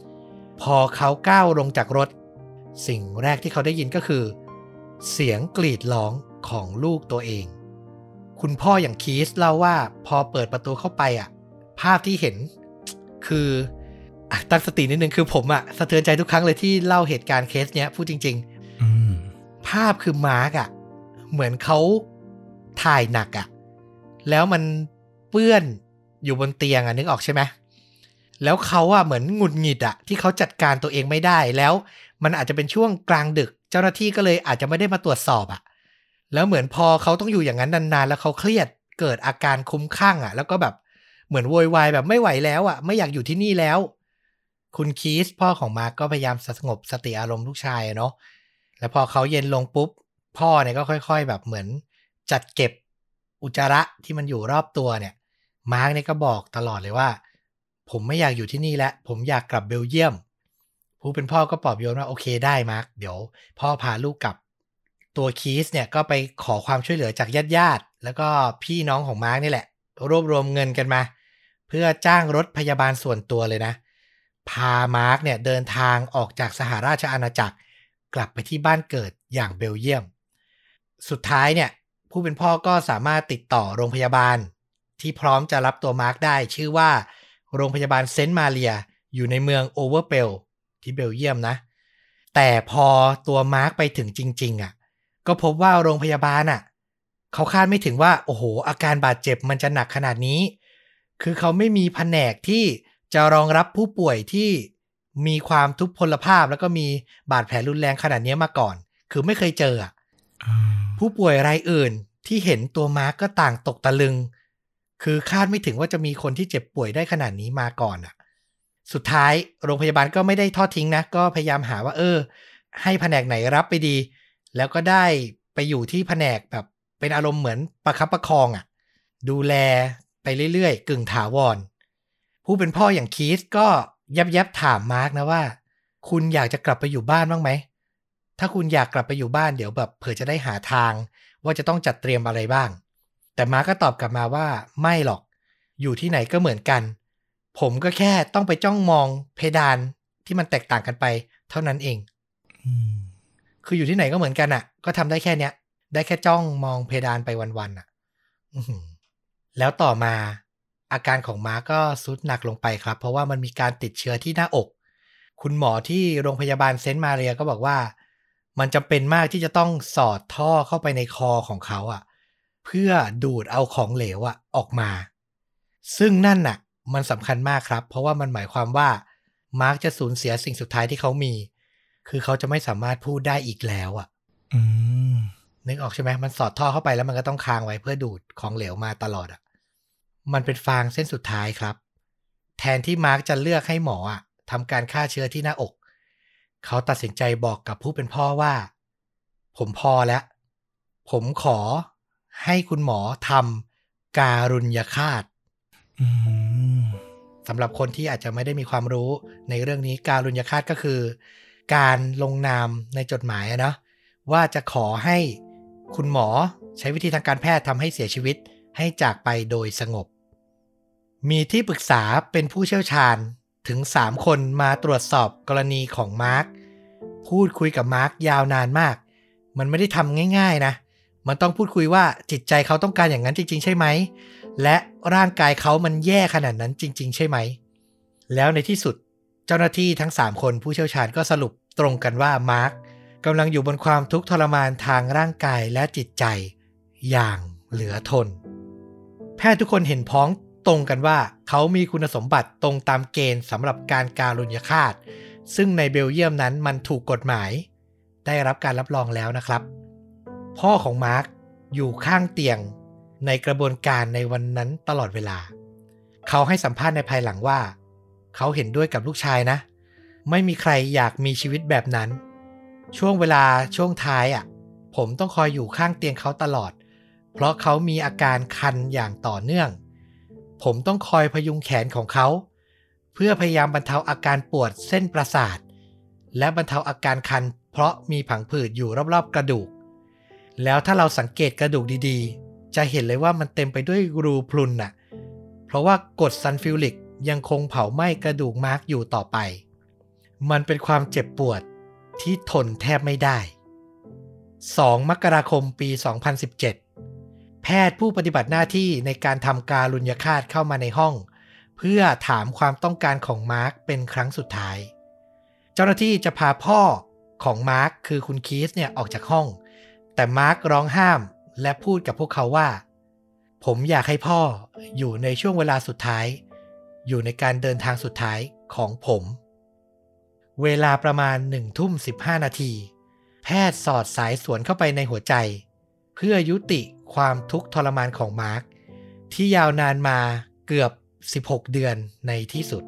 พอเขาก้าวลงจากรถสิ่งแรกที่เขาได้ยินก็คือเสียงกรีดร้องของลูกตัวเองคุณพ่ออย่างคีสเล่าว่าพอเปิดประตูเข้าไปภาพที่เห็นคือตั้งสตินิดนึงคือผมสะเทือนใจทุกครั้งเลยที่เล่าเหตุการณ์เคสเนี้ยพูดจริงๆภาพคือมาร์กเหมือนเขาถ่ายหนักแล้วมันเปื้อนอยู่บนเตียงนึกออกใช่ไหมแล้วเขาเหมือนหงุดหงิดที่เขาจัดการตัวเองไม่ได้แล้วมันอาจจะเป็นช่วงกลางดึกเจ้าหน้าที่ก็เลยอาจจะไม่ได้มาตรวจสอบแล้วเหมือนพอเขาต้องอยู่อย่างนั้นนานๆแล้วเขาเครียดเกิดอาการคลุ้มคลั่งแล้วก็แบบเหมือนโวยวายแบบไม่ไหวแล้วไม่อยากอยู่ที่นี่แล้วคุณคีสพ่อของมาร์กก็พยายามสงบสติอารมณ์ลูกชายเนาะแล้วพอเขาเย็นลงปุ๊บพ่อเนี่ยก็ค่อยๆแบบเหมือนจัดเก็บอุจจาระที่มันอยู่รอบตัวเนี่ยมาร์กเนี่ยก็บอกตลอดเลยว่าผมไม่อยากอยู่ที่นี่แล้วผมอยากกลับเบลเยียมผู้เป็นพ่อก็ปลอบโยนว่าโอเคได้มาร์กเดี๋ยวพ่อพาลูกกลับตัวคีสเนี่ยก็ไปขอความช่วยเหลือจากญาติๆแล้วก็พี่น้องของมาร์กนี่แหละรวบรวมเงินกันมาเพื่อจ้างรถพยาบาลส่วนตัวเลยนะพามาร์กเนี่ยเดินทางออกจากสหราชอาณาจักรกลับไปที่บ้านเกิดอย่างเบลเยียมสุดท้ายเนี่ยผู้เป็นพ่อก็สามารถติดต่อโรงพยาบาลที่พร้อมจะรับตัวมาร์กได้ชื่อว่าโรงพยาบาลเซนต์มาเรียอยู่ในเมืองโอเวอร์เปลที่เบลเยียมนะแต่พอตัวมาร์กไปถึงจริงๆก็พบว่าโรงพยาบาลเขาคาดไม่ถึงว่าโอ้โหอาการบาดเจ็บมันจะหนักขนาดนี้คือเขาไม่มีแผนกที่จะรองรับผู้ป่วยที่มีความทุพพลภาพแล้วก็มีบาดแผลรุนแรงขนาดนี้มาก่อนคือไม่เคยเจอผู้ป่วยรายอื่นที่เห็นตัวมาร์กก็ต่างตกตะลึงคือคาดไม่ถึงว่าจะมีคนที่เจ็บป่วยได้ขนาดนี้มาก่อนสุดท้ายโรงพยาบาลก็ไม่ได้ทอดทิ้งนะก็พยายามหาว่าให้แผนกไหนรับไปดีแล้วก็ได้ไปอยู่ที่แผนกแบบเป็นอารมณ์เหมือนประคับประคองดูแลไปเรื่อยๆกึ่งถาวรผู้เป็นพ่ออย่างคีสก็ยับถามมาร์กนะว่าคุณอยากจะกลับไปอยู่บ้านบ้างไหมถ้าคุณอยากกลับไปอยู่บ้านเดี๋ยวแบบเผื่อจะได้หาทางว่าจะต้องจัดเตรียมอะไรบ้างแต่มาร์กก็ตอบกลับมาว่าไม่หรอกอยู่ที่ไหนก็เหมือนกันผมก็แค่ต้องไปจ้องมองเพดานที่มันแตกต่างกันไปเท่านั้นเองคืออยู่ที่ไหนก็เหมือนกันก็ทำได้แค่เนี้ยได้แค่จ้องมองเพดานไปวันๆแล้วต่อมาอาการของมาร์กก็ทรุดหนักลงไปครับเพราะว่ามันมีการติดเชื้อที่หน้าอกคุณหมอที่โรงพยาบาลเซนต์มาเรียก็บอกว่ามันจำเป็นมากที่จะต้องสอดท่อเข้าไปในคอของเขาเพื่อดูดเอาของเหลวออกมาซึ่งนั่นมันสำคัญมากครับเพราะว่ามันหมายความว่ามาร์กจะสูญเสียสิ่งสุดท้ายที่เขามีคือเขาจะไม่สามารถพูดได้อีกแล้วนึกออกใช่ไหมมันสอดท่อเข้าไปแล้วมันก็ต้องค้างไว้เพื่อดูดของเหลวมาตลอดมันเป็นฟางเส้นสุดท้ายครับแทนที่มาร์กจะเลือกให้หมอทำการฆ่าเชื้อที่หน้าอกเขาตัดสินใจบอกกับผู้เป็นพ่อว่าผมพอแล้วผมขอให้คุณหมอทำการุญยฆาตสำหรับคนที่อาจจะไม่ได้มีความรู้ในเรื่องนี้การุญยฆาตก็คือการลงนามในจดหมายนะว่าจะขอให้คุณหมอใช้วิธีทางการแพทย์ทำให้เสียชีวิตให้จากไปโดยสงบมีที่ปรึกษาเป็นผู้เชี่ยวชาญถึง3คนมาตรวจสอบกรณีของมาร์กพูดคุยกับมาร์กยาวนานมากมันไม่ได้ทำง่ายๆนะมันต้องพูดคุยว่าจิตใจเขาต้องการอย่างนั้นจริงๆใช่ไหมและร่างกายเขามันแย่ขนาดนั้นจริงๆใช่ไหมแล้วในที่สุดเจ้าหน้าที่ทั้ง3คนผู้เชี่ยวชาญก็สรุปตรงกันว่ามาร์กกำลังอยู่บนความทุกข์ทรมานทางร่างกายและจิตใจอย่างเหลือทนแพทย์ทุกคนเห็นพ้องตรงกันว่าเขามีคุณสมบัติตรงตามเกณฑ์สำหรับการการุญยฆาตซึ่งในเบลเยียมนั้นมันถูกกฎหมายได้รับการรับรองแล้วนะครับพ่อของมาร์กอยู่ข้างเตียงในกระบวนการในวันนั้นตลอดเวลาเขาให้สัมภาษณ์ในภายหลังว่าเขาเห็นด้วยกับลูกชายนะไม่มีใครอยากมีชีวิตแบบนั้นช่วงเวลาช่วงท้ายผมต้องคอยอยู่ข้างเตียงเขาตลอดเพราะเขามีอาการคันอย่างต่อเนื่องผมต้องคอยพยุงแขนของเขาเพื่อพยายามบรรเทาอาการปวดเส้นประสาทและบรรเทาอาการคันเพราะมีผังผืดอยู่รอบๆกระดูกแล้วถ้าเราสังเกตกระดูกดีๆจะเห็นเลยว่ามันเต็มไปด้วยรูพรุนเพราะว่ากรดซัลฟิวริกยังคงเผาไหม้กระดูกมาร์กอยู่ต่อไปมันเป็นความเจ็บปวดที่ทนแทบไม่ได้2 มกราคมปี 2017 แพทย์ผู้ปฏิบัติหน้าที่ในการทำการุญยฆาตเข้ามาในห้องเพื่อถามความต้องการของมาร์คเป็นครั้งสุดท้ายเจ้าหน้าที่จะพาพ่อของมาร์คคือคุณคีสเนี่ยออกจากห้องแต่มาร์คร้องห้ามและพูดกับพวกเขาว่าผมอยากให้พ่ออยู่ในช่วงเวลาสุดท้ายอยู่ในการเดินทางสุดท้ายของผมเวลาประมาณ 19:15 นาทีแพทย์สอดสายสวนเข้าไปในหัวใจเพื่อยุติความทุกข์ทรมานของมาร์คที่ยาวนานมาเกือบ16 เดือนในที่สุด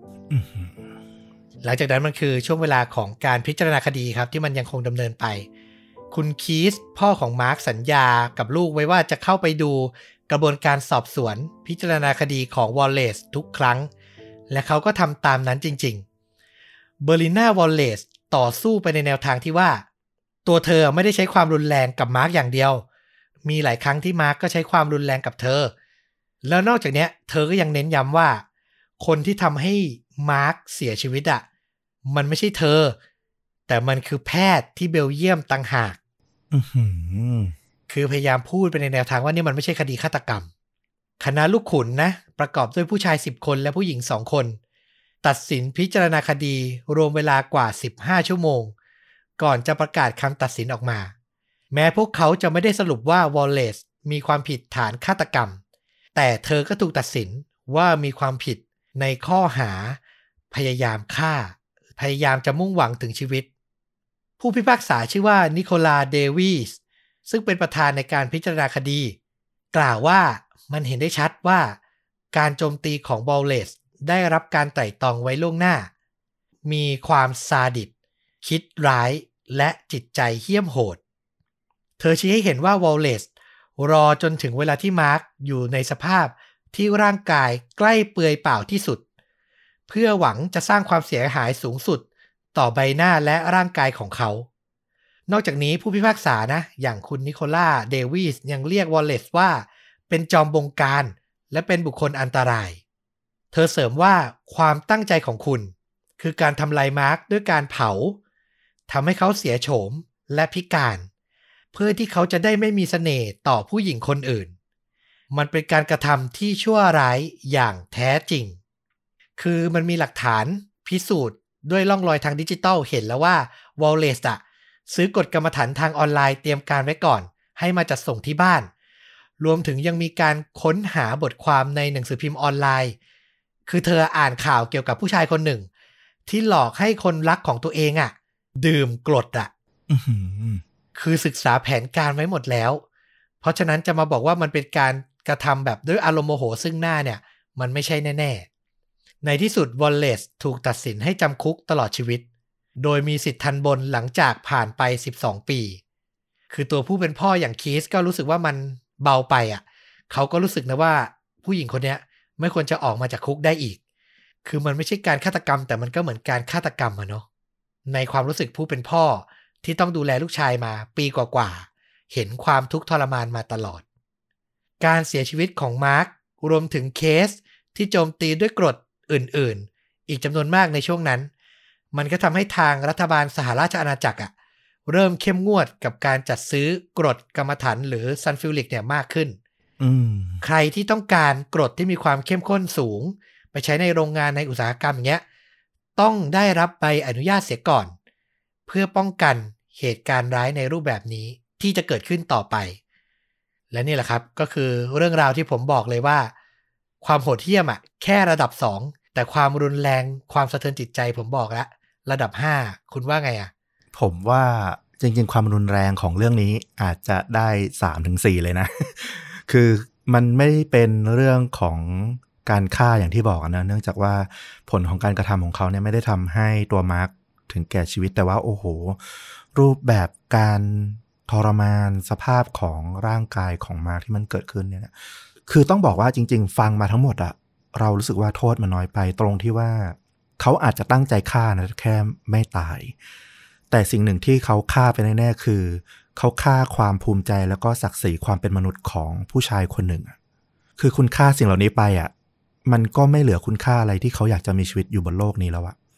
หลังจากนั้นมันคือช่วงเวลาของการพิจารณาคดีครับที่มันยังคงดำเนินไปคุณคีสพ่อของมาร์คสัญญากับลูกไว้ว่าจะเข้าไปดูกระบวนการสอบสวนพิจารณาคดีของวอลเลซทุกครั้งและเขาก็ทำตามนั้นจริงๆเบอร์ลิน่าวอลเลซต่อสู้ไปในแนวทางที่ว่าตัวเธอไม่ได้ใช้ความรุนแรงกับมาร์คอย่างเดียวมีหลายครั้งที่มาร์คก็ใช้ความรุนแรงกับเธอแล้วนอกจากนี้เธอก็ยังเน้นย้ำว่าคนที่ทำให้มาร์คเสียชีวิตอ่ะมันไม่ใช่เธอแต่มันคือแพทย์ที่เบลเยียมต่างหากคือพยายามพูดไปในแนวทางว่านี่มันไม่ใช่คดีฆาตกรรมคณะลูกขุนนะประกอบด้วยผู้ชาย10 คนและผู้หญิง2 คนตัดสินพิจารณาคดีรวมเวลากว่า15 ชั่วโมงก่อนจะประกาศคำตัดสินออกมาแม้พวกเขาจะไม่ได้สรุปว่าวอลเลซมีความผิดฐานฆาตกรรมแต่เธอก็ถูกตัดสินว่ามีความผิดในข้อหาพยายามฆ่าพยายามจะมุ่งหวังถึงชีวิตผู้พิพากษาชื่อว่านิโคลาเดวิสซึ่งเป็นประธานในการพิจารณาคดีกล่าวว่ามันเห็นได้ชัดว่าการโจมตีของวอลเลซได้รับการไตร่ตรองไว้ล่วงหน้ามีความซาดิสคิดร้ายและจิตใจเหี้ยมโหดเธอชี้ให้เห็นว่าวอลเลซรอจนถึงเวลาที่มาร์คอยู่ในสภาพที่ร่างกายใกล้เปลือยเปล่าที่สุดเพื่อหวังจะสร้างความเสียหายสูงสุดต่อใบหน้าและร่างกายของเขานอกจากนี้ผู้พิพากษานะอย่างคุณนิโคล่าเดวิสยังเรียกวอลเลซว่าเป็นจอมบงการและเป็นบุคคลอันตรายเธอเสริมว่าความตั้งใจของคุณคือการทำลายมาร์คด้วยการเผาทำให้เขาเสียโฉมและพิการเพื่อที่เขาจะได้ไม่มีเสน่ห์ต่อผู้หญิงคนอื่นมันเป็นการกระทำที่ชั่วร้ายอย่างแท้จริงคือมันมีหลักฐานพิสูจน์ด้วยร่องรอยทางดิจิทัลเห็นแล้วว่าวอลเลซซื้อกฎกรรมฐานทางออนไลน์เตรียมการไว้ก่อนให้มาจัดส่งที่บ้านรวมถึงยังมีการค้นหาบทความในหนังสือพิมพ์ออนไลน์คือเธออ่านข่าวเกี่ยวกับผู้ชายคนหนึ่งที่หลอกให้คนรักของตัวเองดื่มกรดคือศึกษาแผนการไว้หมดแล้วเพราะฉะนั้นจะมาบอกว่ามันเป็นการกระทำแบบด้วยอารมณ์โมโหซึ่งหน้าเนี่ยมันไม่ใช่แน่ๆในที่สุดวอลเลซถูกตัดสินให้จำคุกตลอดชีวิตโดยมีสิทธิ์ทันบนหลังจากผ่านไป12 ปีคือตัวผู้เป็นพ่ออย่างคีสก็รู้สึกว่ามันเบาไปเขาก็รู้สึกนะว่าผู้หญิงคนนี้ไม่ควรจะออกมาจากคุกได้อีกคือมันไม่ใช่การฆาตกรรมแต่มันก็เหมือนการฆาตกรรมเนาะในความรู้สึกผู้เป็นพ่อที่ต้องดูแลลูกชายมาปีกว่าๆเห็นความทุกข์ทรมานมาตลอดการเสียชีวิตของมาร์ครวมถึงเคสที่โจมตีด้วยกรดอื่นๆอีกจำนวนมากในช่วงนั้นมันก็ทำให้ทางรัฐบาลสหราชอาณาจักรเริ่มเข้มงวดกับการจัดซื้อกรดกรรมฐานหรือซัลฟิวริกเนี่ยมากขึ้นใครที่ต้องการกรดที่มีความเข้มข้นสูงไปใช้ในโรงงานในอุตสาหกรรมอย่างเงี้ยต้องได้รับใบอนุญาตเสียก่อนเพื่อป้องกันเหตุการณ์ร้ายในรูปแบบนี้ที่จะเกิดขึ้นต่อไปและนี่แหละครับก็คือเรื่องราวที่ผมบอกเลยว่าความโหดเหี้ยมแค่ระดับ2แต่ความรุนแรงความสะเทือนจิตใจผมบอกแล้วระดับ5คุณว่าไงผมว่าจริงๆความรุนแรงของเรื่องนี้อาจจะได้ 3-4 เลยนะ คือมันไม่ได้เป็นเรื่องของการฆ่าอย่างที่บอกนะเนื่องจากว่าผลของการกระทำของเขาเนี่ยไม่ได้ทำให้ตัวมาร์คถึงแก่ชีวิตแต่ว่าโอ้โหรูปแบบการทรมานสภาพของร่างกายของมาร์คที่มันเกิดขึ้นเนี่ยคือต้องบอกว่าจริงๆฟังมาทั้งหมดเรารู้สึกว่าโทษมันน้อยไปตรงที่ว่าเขาอาจจะตั้งใจฆ่านะแค่ไม่ตายแต่สิ่งหนึ่งที่เขาฆ่าไปแน่ๆคือเขาฆ่าความภูมิใจแล้วก็ศักดิ์ศรีความเป็นมนุษย์ของผู้ชายคนหนึ่งคือคุณฆ่าสิ่งเหล่านี้ไปมันก็ไม่เหลือคุณค่าอะไรที่เขาอยากจะมีชีวิตอยู่บนโลกนี้แล้ว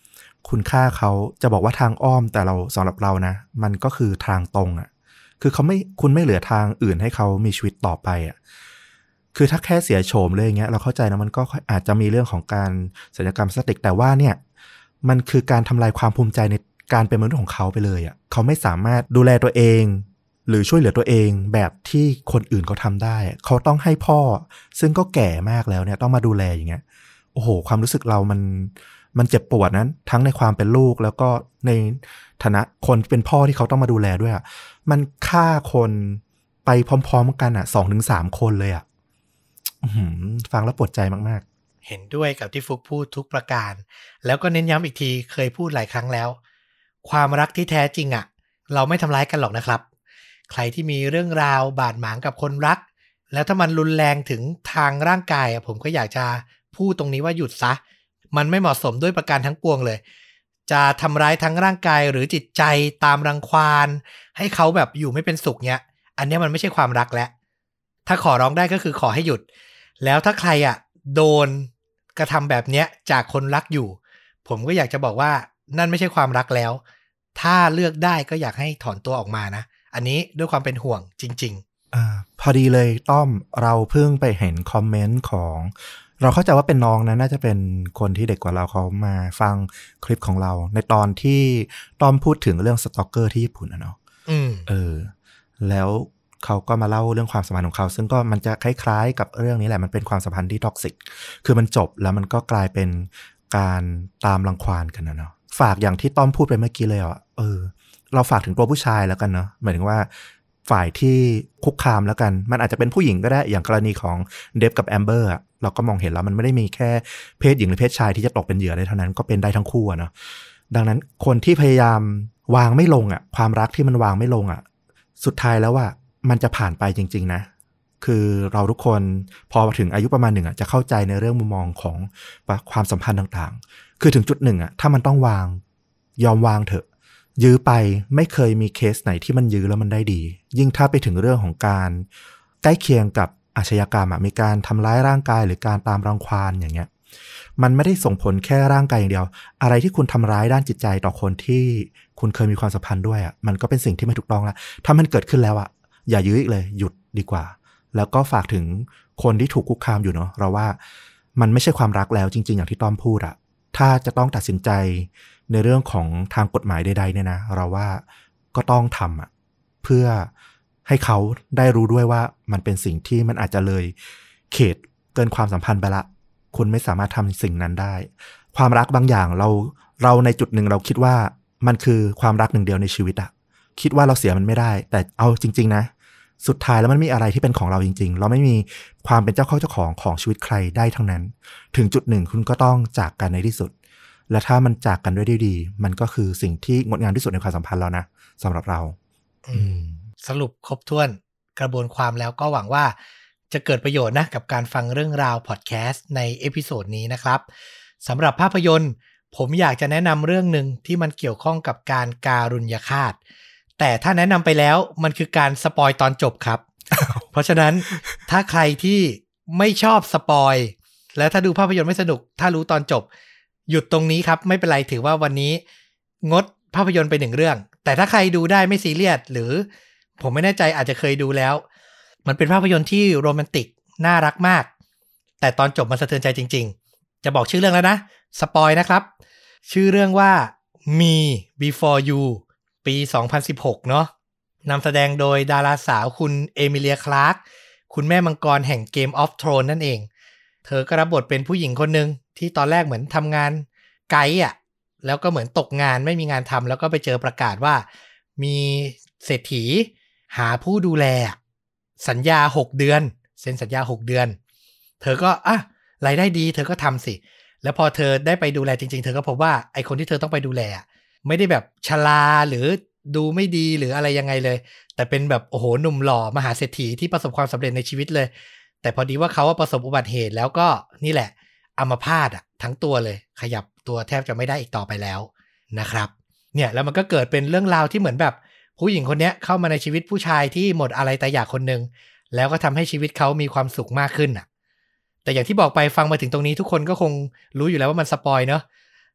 คุณค่าเขาจะบอกว่าทางอ้อมแต่เราสำหรับเรานะมันก็คือทางตรงอ่ะคือคุณไม่เหลือทางอื่นให้เขามีชีวิตต่อไปอ่ะคือถ้าแค่เสียโฉมเลยอย่างเงี้ยเราเข้าใจนะมันก็อาจจะมีเรื่องของการศัลยกรรมพลาสติกแต่ว่าเนี่ยมันคือการทำลายความภูมิใจในการเป็นมนุษย์ของเขาไปเลยอ่ะเขาไม่สามารถดูแลตัวเองหรือช่วยเหลือตัวเองแบบที่คนอื่นเขาทำได้เขาต้องให้พ่อซึ่งก็แก่มากแล้วเนี่ยต้องมาดูแลอย่างเงี้ยโอ้โหความรู้สึกเรามันเจ็บปวดนั้นทั้งในความเป็นลูกแล้วก็ในฐานะคนเป็นพ่อที่เขาต้องมาดูแลด้วยอ่ะมันฆ่าคนไปพร้อมๆกันอ่ะ 2-3 คนเลยอ่ะฟังแล้วปวดใจมากๆเห็นด้วยกับที่ฟุกพูดทุกประการแล้วก็เน้นย้ำอีกทีเคยพูดหลายครั้งแล้วความรักที่แท้จริงอ่ะเราไม่ทำร้ายกันหรอกนะครับใครที่มีเรื่องราวบาดหมางกับคนรักแล้วถ้ามันรุนแรงถึงทางร่างกายผมก็อยากจะพูดตรงนี้ว่าหยุดซะมันไม่เหมาะสมด้วยประการทั้งปวงเลยจะทำร้ายทั้งร่างกายหรือจิตใจตามรังควานให้เขาแบบอยู่ไม่เป็นสุขเนี้ยอันนี้มันไม่ใช่ความรักแล้วถ้าขอร้องได้ก็คือขอให้หยุดแล้วถ้าใครโดนกระทำแบบเนี้ยจากคนรักอยู่ผมก็อยากจะบอกว่านั่นไม่ใช่ความรักแล้วถ้าเลือกได้ก็อยากให้ถอนตัวออกมานะอันนี้ด้วยความเป็นห่วงจริงๆพอดีเลยต้อมเราเพิ่งไปเห็นคอมเมนต์ของเราเข้าใจว่าเป็นน้องนะน่าจะเป็นคนที่เด็กกว่าเราเขามาฟังคลิปของเราในตอนที่ต้อมพูดถึงเรื่องสตอกเกอร์ที่ญี่ปุ่นเนาะแล้วเขาก็มาเล่าเรื่องความสัมพันธ์ของเขาซึ่งก็มันจะคล้ายๆกับเรื่องนี้แหละมันเป็นความสัมพันธ์ที่ท็อกซิกคือมันจบแล้วมันก็กลายเป็นการตามรังควานกันเนาะฝากอย่างที่ต้อมพูดไปเมื่อกี้เลยเราฝากถึงตัวผู้ชายแล้วกันเนาะหมายถึงว่าฝ่ายที่คุกคามแล้วกันมันอาจจะเป็นผู้หญิงก็ได้อย่างกรณีของเดฟกับแอมเบอร์เราก็มองเห็นแล้วมันไม่ได้มีแค่เพศหญิงหรือเพศชายที่จะตกเป็นเหยื่อได้เท่านั้นก็เป็นได้ทั้งคู่เนาะดังนั้นคนที่พยายามวางไม่ลงความรักที่มันวางไม่ลงสุดท้ายแล้วมันจะผ่านไปจริงๆนะคือเราทุกคนพอถึงอายุประมาณหนึ่งจะเข้าใจในเรื่องมุมมองของความสัมพันธ์ต่างๆคือถึงจุดหนึ่งถ้ามันต้องวางยอมวางเถอะยื้อไปไม่เคยมีเคสไหนที่มันยื้อแล้วมันได้ดียิ่งถ้าไปถึงเรื่องของการใกล้เคียงกับอาชญากรรมมีการทำร้ายร่างกายหรือการตามรังควานอย่างเงี้ยมันไม่ได้ส่งผลแค่ร่างกายอย่างเดียวอะไรที่คุณทำร้ายด้านจิตใจต่อคนที่คุณเคยมีความสัมพันธ์ด้วยมันก็เป็นสิ่งที่ไม่ถูกต้องแล้วถ้ามันเกิดขึ้นแล้วอย่ายื้ออีกเลยหยุดดีกว่าแล้วก็ฝากถึงคนที่ถูกคุกคามอยู่เนาะเราว่ามันไม่ใช่ความรักแล้วจริงๆอย่างที่ต้อมพูดถ้าจะต้องตัดสินใจในเรื่องของทางกฎหมายใดๆเนี่ยนะเราว่าก็ต้องทำเพื่อให้เขาได้รู้ด้วยว่ามันเป็นสิ่งที่มันอาจจะเลยเขตเกินความสัมพันธ์ไปละคุณไม่สามารถทำสิ่งนั้นได้ความรักบางอย่างเราในจุดหนึ่งเราคิดว่ามันคือความรักหนึ่งเดียวในชีวิตคิดว่าเราเสียมันไม่ได้แต่เอาจริงๆนะสุดท้ายแล้วมันมีอะไรที่เป็นของเราจริงๆเราไม่มีความเป็นเจ้าของชีวิตใครได้ทั้งนั้นถึงจุดหนึ่งคุณก็ต้องจากกันในที่สุดและถ้ามันจากกันด้วยดีมันก็คือสิ่งที่งดงามที่สุดในความสัมพันธ์แล้วนะสำหรับเราสรุปครบถ้วนกระบวนความแล้วก็หวังว่าจะเกิดประโยชน์นะกับการฟังเรื่องราวพอดแคสต์ในเอพิโซดนี้นะครับสำหรับภาพยนตร์ผมอยากจะแนะนำเรื่องหนึ่งที่มันเกี่ยวข้องกับการการุญยฆาตแต่ถ้าแนะนำไปแล้วมันคือการสปอยตอนจบครับ เพราะฉะนั้นถ้าใครที่ไม่ชอบสปอยและถ้าดูภาพยนตร์ไม่สนุกถ้ารู้ตอนจบหยุดตรงนี้ครับไม่เป็นไรถือว่าวันนี้งดภาพยนตร์ไป1เรื่องแต่ถ้าใครดูได้ไม่ซีเรียสหรือผมไม่แน่ใจอาจจะเคยดูแล้วมันเป็นภาพยนตร์ที่โรแมนติกน่ารักมากแต่ตอนจบมันสะเทือนใจจริงๆจะบอกชื่อเรื่องแล้วนะสปอยนะครับชื่อเรื่องว่า Me Before You ปี 2016 เนาะนำแสดงโดยดาราสาวคุณเอมิเลีย คลาร์กคุณแม่มังกรแห่ง Game of Thrones นั่นเองเธอก็รับบทเป็นผู้หญิงคนหนึ่งที่ตอนแรกเหมือนทำงานไกด์แล้วก็เหมือนตกงานไม่มีงานทำแล้วก็ไปเจอประกาศว่ามีเศรษฐีหาผู้ดูแลสัญญา6 เดือนเซ็นสัญญา6 เดือนเธอก็รายได้ดีเธอก็ทำสิแล้วพอเธอได้ไปดูแลจริงๆเธอก็พบว่าไอคนที่เธอต้องไปดูแลไม่ได้แบบชราหรือดูไม่ดีหรืออะไรยังไงเลยแต่เป็นแบบโอ้โหหนุ่มหล่อมหาเศรษฐีที่ประสบความสำเร็จในชีวิตเลยแต่พอดีว่าเขาประสบอุบัติเหตุแล้วก็นี่แหละอัมพาตทั้งตัวเลยขยับตัวแทบจะไม่ได้อีกต่อไปแล้วนะครับเนี่ยแล้วมันก็เกิดเป็นเรื่องราวที่เหมือนแบบผู้หญิงคนนี้เข้ามาในชีวิตผู้ชายที่หมดอะไรแต่อยากคนนึงแล้วก็ทำให้ชีวิตเขามีความสุขมากขึ้นแต่อย่างที่บอกไปฟังมาถึงตรงนี้ทุกคนก็คงรู้อยู่แล้วว่ามันสปอยเนาะ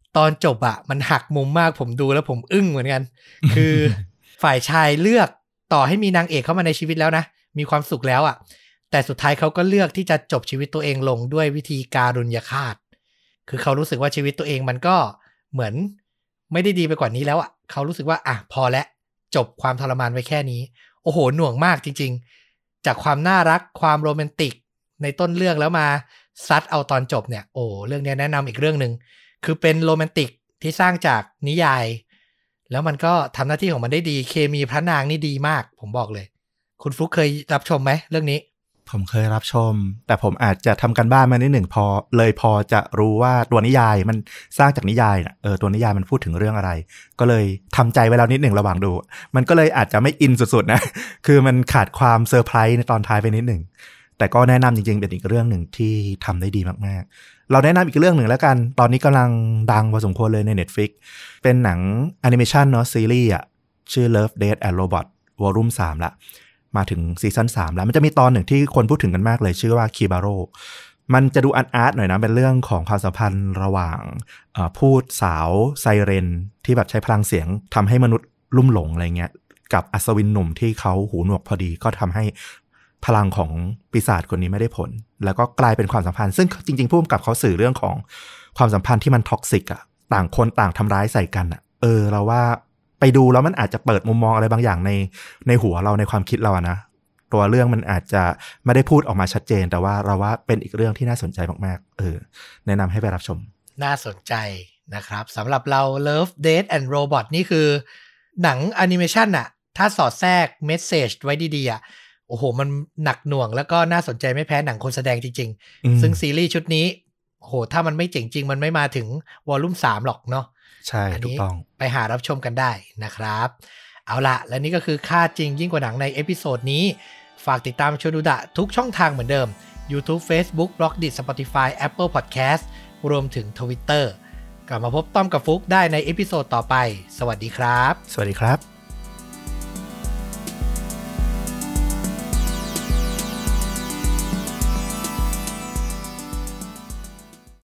ตอนจบอะมันหักมุมมากผมดูแล้วผมอึ้งเหมือนกัน คือฝ่ายชายเลือกต่อให้มีนางเอกเข้ามาในชีวิตแล้วนะมีความสุขแล้วอะแต่สุดท้ายเขาก็เลือกที่จะจบชีวิตตัวเองลงด้วยวิธีการุญยฆาตคือเขารู้สึกว่าชีวิตตัวเองมันก็เหมือนไม่ได้ดีไปกว่านี้แล้วอะเขารู้สึกว่าอ่ะพอแล้วจบความทรมานไว้แค่นี้โอ้โหหน่วงมากจริงๆจากความน่ารักความโรแมนติกในต้นเรื่องแล้วมาซัดเอาตอนจบเนี่ยโอ้เรื่องนี้แนะนำอีกเรื่องนึงคือเป็นโรแมนติกที่สร้างจากนิยายแล้วมันก็ทำหน้าที่ของมันได้ดีเคมีพระนางนี่ดีมากผมบอกเลยคุณฟลุ๊กเคยรับชมไหมเรื่องนี้ผมเคยรับชมแต่ผมอาจจะทำกันบ้านมานิดหนึ่งพอจะรู้ว่าตัวนิยายมันสร้างจากนิยายนะตัวนิยายมันพูดถึงเรื่องอะไรก็เลยทำใจไว้แล้วนิดหนึ่งระหว่างดูมันก็เลยอาจจะไม่อินสุดๆนะ คือมันขาดความเซอร์ไพรส์ในตอนท้ายไปนิดหนึ่งแต่ก็แนะนำจริงๆเป็นอีกเรื่องหนึ่งที่ทำได้ดีมากๆเราแนะนำอีกเรื่องหนึ่งแล้วกันตอนนี้กำลังดังพอสมควรเลยใน Netflix เป็นหนังแอนิเมชันเนาะซีรีส์อ่ะชื่อ Love Death and Robot Volume 3 ละมาถึงซีซั่น3แล้วมันจะมีตอนหนึ่งที่คนพูดถึงกันมากเลยชื่อว่าคิบาโร่มันจะดูอาร์ตหน่อยนะเป็นเรื่องของความสัมพันธ์ระหว่างพูดสาวไซเรนที่แบบใช้พลังเสียงทำให้มนุษย์ลุ่มหลงอะไรเงี้ยกับอัศวินหนุ่มที่เขาหูหนวกพอดีก็ทำให้พลังของปีศาจคนนี้ไม่ได้ผลแล้วก็กลายเป็นความสัมพันธ์ซึ่งจริงๆผู้กำกับเขาสื่อเรื่องของความสัมพันธ์ที่มันท็อกซิกอะต่างคนต่างทำร้ายใส่กันอะเราว่าไปดูแล้วมันอาจจะเปิดมุมมองอะไรบางอย่างในหัวเราในความคิดเราอะนะตัวเรื่องมันอาจจะไม่ได้พูดออกมาชัดเจนแต่ว่าเราว่าเป็นอีกเรื่องที่น่าสนใจมากๆแนะนำให้ไปรับชมน่าสนใจนะครับสำหรับเรา Love Death and Robot นี่คือหนังแอนิเมชันอะถ้าสอดแทรกเมสเสจไว้ดีๆอะโอ้โหมันหนักหน่วงแล้วก็น่าสนใจไม่แพ้หนังคนแสดงจริงๆซึ่งซีรีส์ชุดนี้โหถ้ามันไม่เจ๋งจริงมันไม่มาถึงวอลลุ่ม3หรอกเนาะใช่ถูกต้องไปหารับชมกันได้นะครับเอาละและนี่ก็คือค่าจริงยิ่งกว่าหนังในเอพิโซดนี้ฝากติดตามชวนดูดะทุกช่องทางเหมือนเดิม YouTube Facebook Blogdit Spotify Apple Podcast รวมถึง Twitter กลับมาพบต้อมกับฟุกได้ในเอพิโซดต่อไปสวัสดีครับสวัสดีครับ